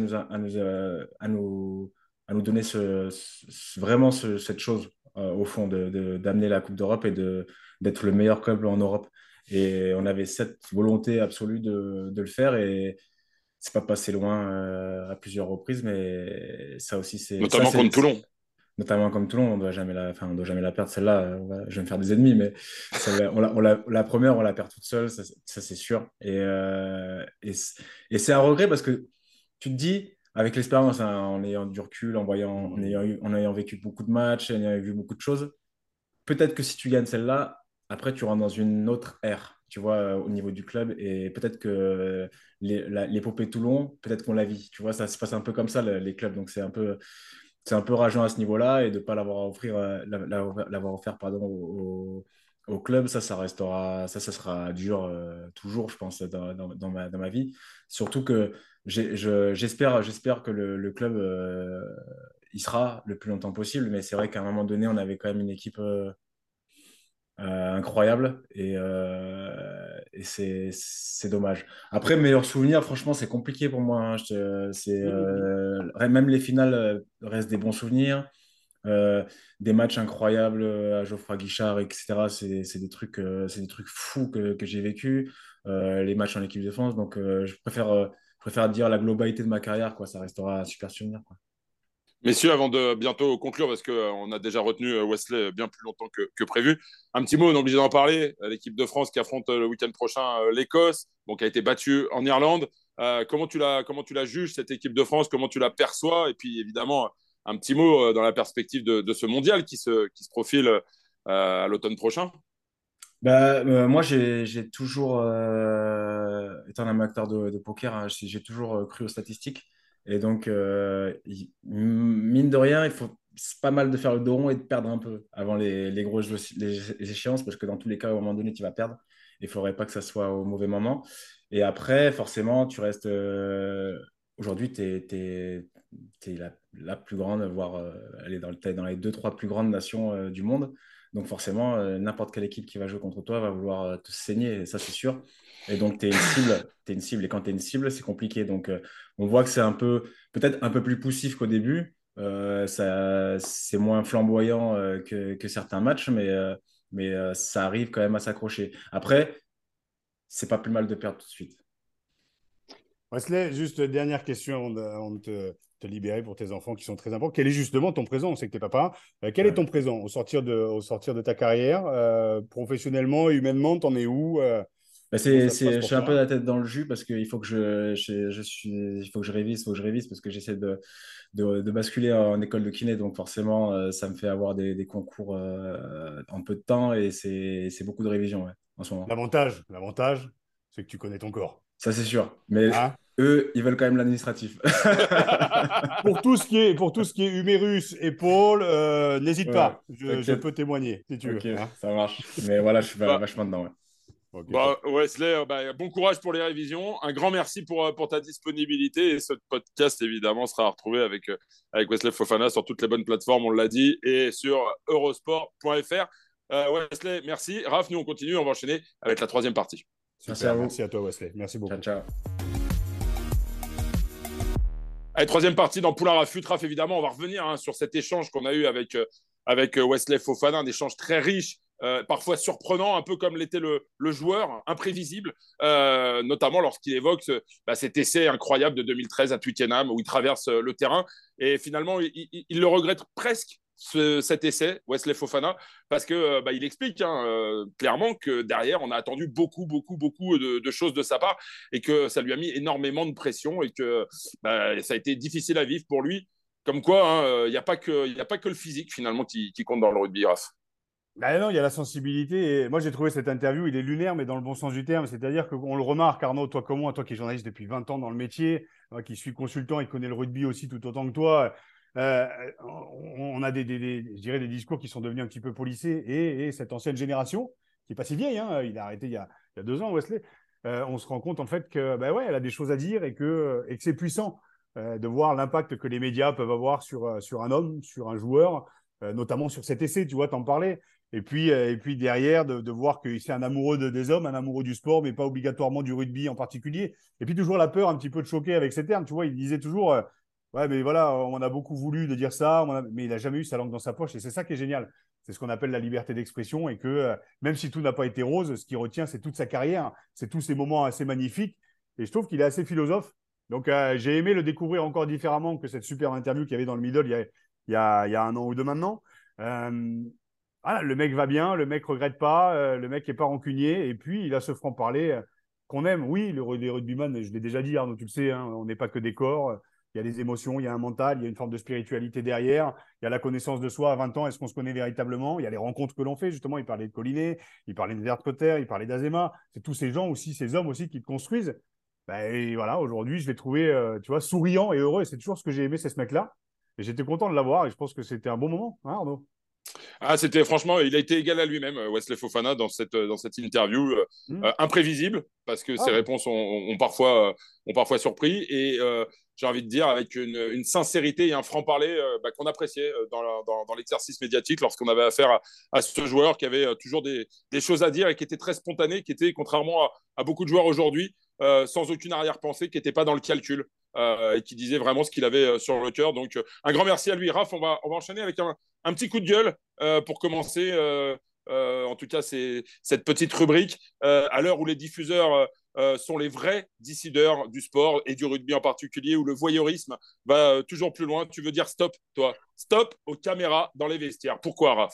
à nous donner vraiment cette chose, au fond, d'amener la Coupe d'Europe et d'être le meilleur club en Europe. Et on avait cette volonté absolue de le faire. Et c'est pas passé loin à plusieurs reprises, mais ça aussi, Notamment contre Toulon. notamment comme Toulon, on doit jamais la perdre celle-là. Je vais me faire des ennemis, mais la première, on la perd toute seule, ça, c'est sûr. Et c'est un regret parce que tu te dis, avec l'expérience, hein, en ayant du recul, en ayant vécu beaucoup de matchs, en ayant vu beaucoup de choses, peut-être que si tu gagnes celle-là, après, tu rentres dans une autre ère, tu vois, au niveau du club. Et peut-être que l'épopée Toulon, peut-être qu'on la vit. Tu vois, ça se passe un peu comme ça, les clubs. Donc, c'est un peu rageant à ce niveau-là et de ne pas l'avoir offert pardon, au club, ça restera, ça sera dur toujours, je pense, dans ma vie. Surtout que j'espère que le club il sera le plus longtemps possible, mais c'est vrai qu'à un moment donné, on avait quand même une équipe incroyable et c'est dommage. Après, meilleur souvenir, franchement, c'est compliqué pour moi, hein. Même les finales restent des bons souvenirs. Euh, des matchs incroyables à Geoffroy Guichard, etc. C'est des trucs fous que j'ai vécu. Les matchs en équipe de France. Donc, je préfère dire la globalité de ma carrière, quoi. Ça restera un super souvenir, quoi. Messieurs, avant de bientôt conclure, parce qu'on a déjà retenu Wesley bien plus longtemps que prévu, un petit mot, on est obligé d'en parler. L'équipe de France qui affronte le week-end prochain l'Écosse, donc qui a été battue en Irlande. Comment tu la juges, cette équipe de France? Comment tu la perçois? Et puis, évidemment, un petit mot dans la perspective de ce mondial qui se profile à l'automne prochain. Moi, j'ai toujours, étant un amateur de poker, hein, j'ai toujours cru aux statistiques. Et donc, mine de rien, c'est pas mal de faire le dos rond et de perdre un peu avant les grosses les échéances, parce que dans tous les cas, au moment donné, tu vas perdre. Il ne faudrait pas que ça soit au mauvais moment. Et après, forcément, tu restes. Aujourd'hui, tu es, la plus grande, voire elle est t'es dans les deux, trois plus grandes nations du monde. Donc forcément, n'importe quelle équipe qui va jouer contre toi va vouloir te saigner, et ça c'est sûr. Et donc tu es une cible, t'es une cible. Et quand tu es une cible, c'est compliqué. Donc on voit que c'est peut-être un peu plus poussif qu'au début. C'est moins flamboyant que certains matchs, mais ça arrive quand même à s'accrocher. Après, c'est pas plus mal de perdre tout de suite. Wesley, juste dernière question avant de te libérer pour tes enfants qui sont très importants. Quel est justement ton présent? On sait que tu es papa. Quel est Ouais. ton présent au sortir de ta carrière, professionnellement et humainement, t'en es où? Comment ça se passe Je pour suis un peu toi? la tête dans le jus parce qu'il faut que il faut que je révise parce que j'essaie de basculer en école de kiné. Donc forcément, ça me fait avoir des concours en peu de temps et c'est beaucoup de révision, ouais, en ce moment. L'avantage, c'est que tu connais ton corps. Ça, c'est sûr. Mais Hein. eux, ils veulent quand même l'administratif. Pour tout ce qui est humérus, épaules, n'hésite Ouais, pas. Je t'inquiète. peux témoigner si tu veux. Ok, Hein. ça marche. Mais voilà, je suis Bah, vachement dedans, ouais. Ok, top. Bah, Wesley, bon courage pour les révisions. Un grand merci pour ta disponibilité. Et ce podcast, évidemment, sera retrouvé avec Wesley Fofana sur toutes les bonnes plateformes, on l'a dit, et sur eurosport.fr. Wesley, merci. Raph, nous, on continue. On va enchaîner avec la troisième partie. Merci à Super, vous. merci à toi Wesley. Merci Ciao, beaucoup. ciao. Allez, troisième partie dans Poulain Rafut. Raph, évidemment, on va revenir sur cet échange qu'on a eu avec Wesley Fofana, un échange très riche, parfois surprenant, un peu comme l'était le joueur, imprévisible, notamment lorsqu'il évoque cet essai incroyable de 2013 à Twickenham où il traverse le terrain et finalement il le regrette presque cet essai, Wesley Fofana, parce que il explique clairement que derrière on a attendu beaucoup de choses de sa part et que ça lui a mis énormément de pression et que ça a été difficile à vivre pour lui. Comme quoi, il n'y a pas que le physique finalement qui compte dans le rugby, Raph. Bah non, il y a la sensibilité. Et moi, j'ai trouvé cette interview, il est lunaire, mais dans le bon sens du terme. C'est-à-dire qu'on le remarque, Arnaud, toi comme moi, toi qui es journaliste depuis 20 ans dans le métier, qui suis consultant et connais le rugby aussi tout autant que toi, euh, on a je dirais des discours qui sont devenus un petit peu polissés. Et cette ancienne génération, qui n'est pas si vieille, hein, il a arrêté il y a 2 ans, Wesley, on se rend compte en fait que, bah ouais, elle a des choses à dire et que c'est puissant de voir l'impact que les médias peuvent avoir sur un homme, sur un joueur, notamment sur cet essai, tu vois, t'en parlais. Et puis derrière, de voir que c'est un amoureux des hommes, un amoureux du sport, mais pas obligatoirement du rugby en particulier. Et puis toujours la peur un petit peu de choquer avec ces termes. Tu vois, il disait toujours, ouais, mais voilà, on a beaucoup voulu de dire ça, mais il n'a jamais eu sa langue dans sa poche. Et c'est ça qui est génial. C'est ce qu'on appelle la liberté d'expression et que même si tout n'a pas été rose, ce qui retient, c'est toute sa carrière, c'est tous ces moments assez magnifiques. Et je trouve qu'il est assez philosophe. Donc j'ai aimé le découvrir encore différemment que cette super interview qu'il y avait dans le middle il y a 1 an ou 2 maintenant. Euh, voilà, le mec va bien, le mec regrette pas, le mec est pas rancunier, et puis il a ce franc-parler qu'on aime. Oui, les rugbyman, je l'ai déjà dit, Arnaud, tu le sais, hein, on n'est pas que des corps. Il y a des émotions, il y a un mental, il y a une forme de spiritualité derrière, il y a la connaissance de soi à 20 ans, est-ce qu'on se connaît véritablement? Il y a les rencontres que l'on fait, justement, il parlait de Collinet, il parlait de Vert Cotter, il parlait d'Azema, c'est tous ces gens aussi, ces hommes aussi qui te construisent. Ben, et voilà, aujourd'hui, je l'ai trouvé, tu vois, souriant et heureux, et c'est toujours ce que j'ai aimé, c'est ce mec-là. Et j'étais content de l'avoir, et je pense que c'était un bon moment, hein, Arnaud? Ah, c'était franchement, il a été égal à lui-même, Wesley Fofana, dans cette interview. Imprévisible, parce que ses Ah, réponses ont parfois surpris. Et j'ai envie de dire, avec une sincérité et un franc-parler qu'on appréciait dans l'exercice médiatique lorsqu'on avait affaire à ce joueur qui avait toujours des choses à dire et qui était très spontané, qui était, contrairement à beaucoup de joueurs aujourd'hui, sans aucune arrière-pensée, qui n'était pas dans le calcul. Et qui disait vraiment ce qu'il avait sur le cœur. Donc, un grand merci à lui. Raph, on va enchaîner avec un petit coup de gueule pour commencer. En tout cas, c'est cette petite rubrique. À l'heure où les diffuseurs sont les vrais décideurs du sport et du rugby en particulier, où le voyeurisme va toujours plus loin. Tu veux dire stop, toi? Stop aux caméras dans les vestiaires. Pourquoi, Raph?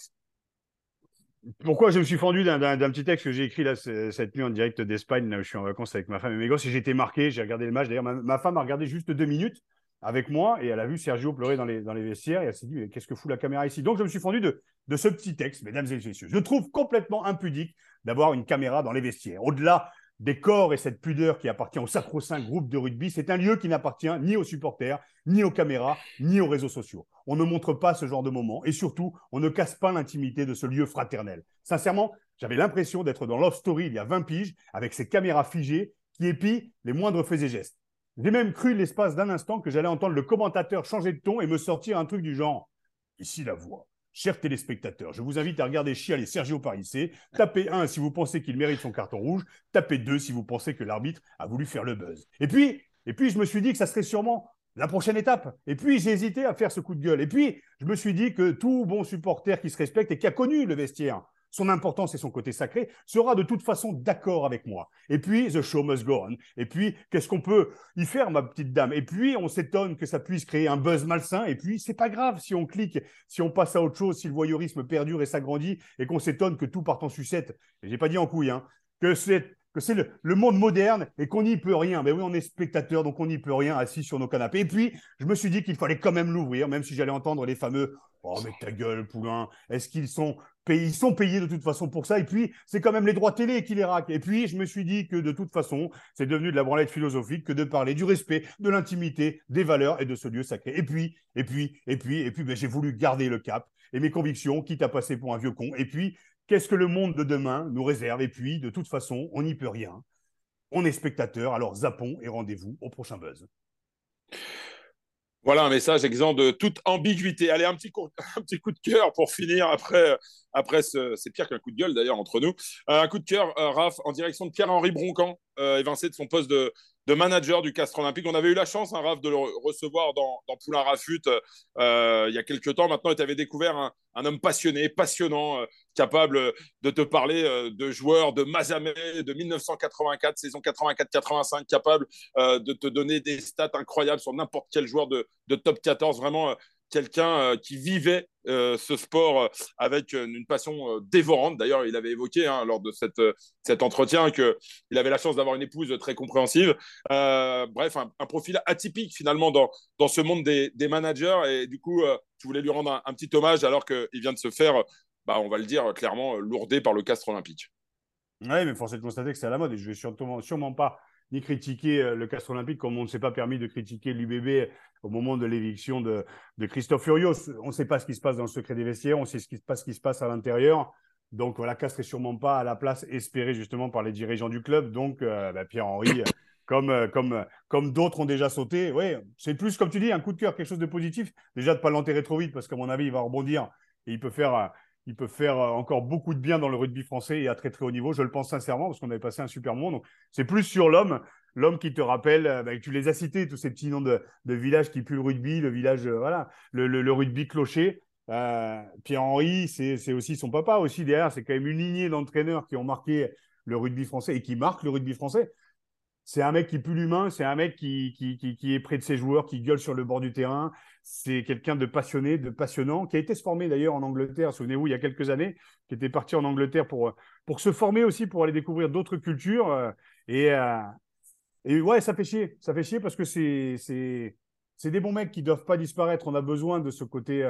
pourquoi je me suis fendu d'un petit texte que j'ai écrit là cette nuit en direct d'Espagne, là où je suis en vacances avec ma femme et mes gosses, et j'ai été marqué, j'ai regardé le match. D'ailleurs, ma femme a regardé juste 2 minutes avec moi et elle a vu Sergio pleurer dans les vestiaires et elle s'est dit, qu'est-ce que fout la caméra ici? Donc, je me suis fendu de ce petit texte, mesdames et messieurs. Je trouve complètement impudique d'avoir une caméra dans les vestiaires. Au-delà des corps et cette pudeur qui appartient au sacro-saint groupe de rugby, c'est un lieu qui n'appartient ni aux supporters, ni aux caméras, ni aux réseaux sociaux. On ne montre pas ce genre de moment et surtout, on ne casse pas l'intimité de ce lieu fraternel. Sincèrement, j'avais l'impression d'être dans Love Story il y a 20 piges avec ces caméras figées qui épient les moindres faits et gestes. J'ai même cru l'espace d'un instant que j'allais entendre le commentateur changer de ton et me sortir un truc du genre « Ici la voix ». Chers téléspectateurs, je vous invite à regarder chialer Sergio Parissé. Tapez 1 si vous pensez qu'il mérite son carton rouge. Tapez 2 si vous pensez que l'arbitre a voulu faire le buzz. Et puis, je me suis dit que ça serait sûrement la prochaine étape. Et puis, j'ai hésité à faire ce coup de gueule. Et puis, je me suis dit que tout bon supporter qui se respecte et qui a connu le vestiaire, son importance et son côté sacré, sera de toute façon d'accord avec moi. Et puis, the show must go on. Et puis, qu'est-ce qu'on peut y faire, ma petite dame? Et puis, on s'étonne que ça puisse créer un buzz malsain. Et puis, c'est pas grave si on clique, si on passe à autre chose, si le voyeurisme perdure et s'agrandit et qu'on s'étonne que tout parte en sucette. Et j'ai pas dit en couille, hein, que c'est le monde moderne et qu'on n'y peut rien. Mais oui, on est spectateur, donc on n'y peut rien assis sur nos canapés. Et puis, je me suis dit qu'il fallait quand même l'ouvrir, même si j'allais entendre les fameux « Oh, mais ta gueule, poulain, est-ce qu'ils sont payés? Ils sont payés de toute façon pour ça. Et puis, c'est quand même les droits télé qui les raquent. Et puis, je me suis dit que de toute façon, c'est devenu de la branlette philosophique que de parler du respect, de l'intimité, des valeurs et de ce lieu sacré. Et puis, ben, j'ai voulu garder le cap et mes convictions, quitte à passer pour un vieux con. Et puis, qu'est-ce que le monde de demain nous réserve? Et puis, de toute façon, on n'y peut rien. On est spectateur, alors zappons et rendez-vous au prochain buzz. Voilà un message exempt de toute ambiguïté. Allez, un petit coup de cœur pour finir après c'est pire qu'un coup de gueule d'ailleurs entre nous. Un coup de cœur, Raph, en direction de Pierre-Henri Broncan, évincé de son poste de manager du Castres Olympique. On avait eu la chance, hein, Raph, de le recevoir dans Poulain Rafut il y a quelques temps. Maintenant, tu avais découvert un homme passionné, passionnant, capable de te parler de joueurs de Mazamet de 1984, saison 84-85, capable de te donner des stats incroyables sur n'importe quel joueur de top 14. Vraiment, quelqu'un qui vivait ce sport avec une passion dévorante. D'ailleurs, il avait évoqué lors de cet entretien qu'il avait la chance d'avoir une épouse très compréhensive. Bref, un profil atypique finalement dans ce monde des managers. Et du coup, je voulais lui rendre un petit hommage alors qu'il vient de se faire, on va le dire clairement, lourder par le Castres Olympique. Oui, mais force est de constater que c'est à la mode et je vais sûrement pas ni critiquer le Castres Olympique comme on ne s'est pas permis de critiquer l'UBB au moment de l'éviction de Christophe Furios. On ne sait pas ce qui se passe dans le secret des vestiaires, on sait ce qui se passe à l'intérieur. Donc voilà, Castres n'est sûrement pas à la place espérée justement par les dirigeants du club. Donc Pierre-Henri, comme d'autres ont déjà sauté, ouais, c'est plus comme tu dis, un coup de cœur, quelque chose de positif. Déjà de ne pas l'enterrer trop vite parce qu'à mon avis, il va rebondir et il peut faire encore beaucoup de bien dans le rugby français et à très très haut niveau. Je le pense sincèrement parce qu'on avait passé un super moment. Donc, c'est plus sur l'homme qui te rappelle, tu les as cités, tous ces petits noms de villages qui puent le rugby, le village, voilà, le rugby clocher. Pierre-Henri, c'est aussi son papa aussi derrière. C'est quand même une lignée d'entraîneurs qui ont marqué le rugby français et qui marquent le rugby français. C'est un mec qui pue l'humain, c'est un mec qui est près de ses joueurs, qui gueule sur le bord du terrain. C'est quelqu'un de passionné, de passionnant, qui a été se former d'ailleurs en Angleterre, souvenez-vous, il y a quelques années, qui était parti en Angleterre pour se former aussi, pour aller découvrir d'autres cultures. Et ouais, ça fait chier. Ça fait chier parce que c'est des bons mecs qui ne doivent pas disparaître. On a besoin de ce côté,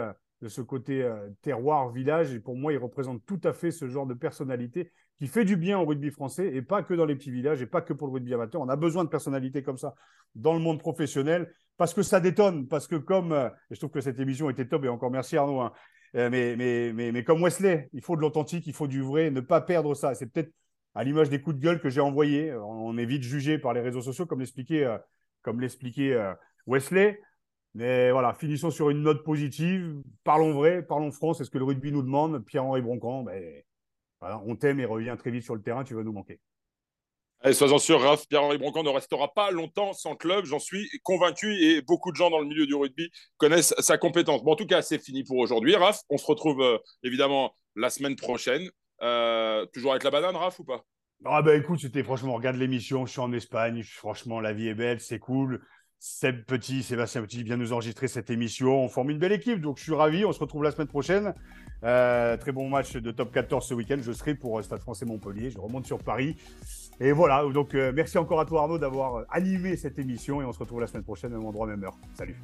terroir, village. Et pour moi, ils représentent tout à fait ce genre de personnalité qui fait du bien au rugby français et pas que dans les petits villages et pas que pour le rugby amateur. On a besoin de personnalités comme ça dans le monde professionnel parce que ça détonne. Parce que et je trouve que cette émission était top et encore merci Arnaud, hein, Mais comme Wesley, il faut de l'authentique, il faut du vrai, ne pas perdre ça. C'est peut-être à l'image des coups de gueule que j'ai envoyés. On est vite jugé par les réseaux sociaux, comme l'expliquait Wesley. Mais voilà, finissons sur une note positive. Parlons vrai, parlons franc, c'est ce que le rugby nous demande. Pierre-Henri Broncan, voilà, on t'aime et reviens très vite sur le terrain, tu vas nous manquer. Allez, sois-en sûr, Raph, Pierre-Henri Broncan ne restera pas longtemps sans club, j'en suis convaincu, et beaucoup de gens dans le milieu du rugby connaissent sa compétence. Bon, en tout cas, c'est fini pour aujourd'hui, Raph. On se retrouve évidemment la semaine prochaine. Toujours avec la banane, Raph, ou pas? Ah écoute, franchement, regarde l'émission, je suis en Espagne, franchement, la vie est belle, c'est cool. Sébastien Petit vient nous enregistrer cette émission, on forme une belle équipe, donc je suis ravi, on se retrouve la semaine prochaine. Très bon match de top 14 ce week-end, je serai pour Stade Français Montpellier, je remonte sur Paris. Et voilà, donc merci encore à toi Arnaud d'avoir animé cette émission et on se retrouve la semaine prochaine, même endroit, même heure. Salut.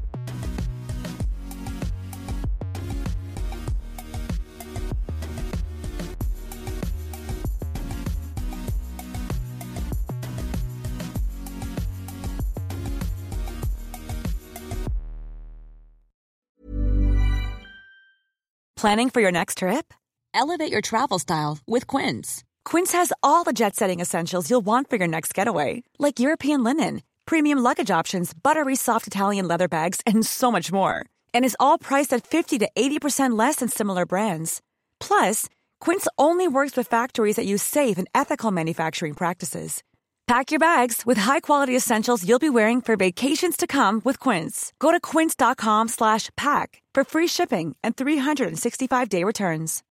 Planning for your next trip? Elevate your travel style with Quince. Quince has all the jet-setting essentials you'll want for your next getaway, like European linen, premium luggage options, buttery soft Italian leather bags, and so much more. And is all priced at 50 to 80% less than similar brands. Plus, Quince only works with factories that use safe and ethical manufacturing practices. Pack your bags with high-quality essentials you'll be wearing for vacations to come with Quince. Go to quince.com/pack for free shipping and 365-day returns.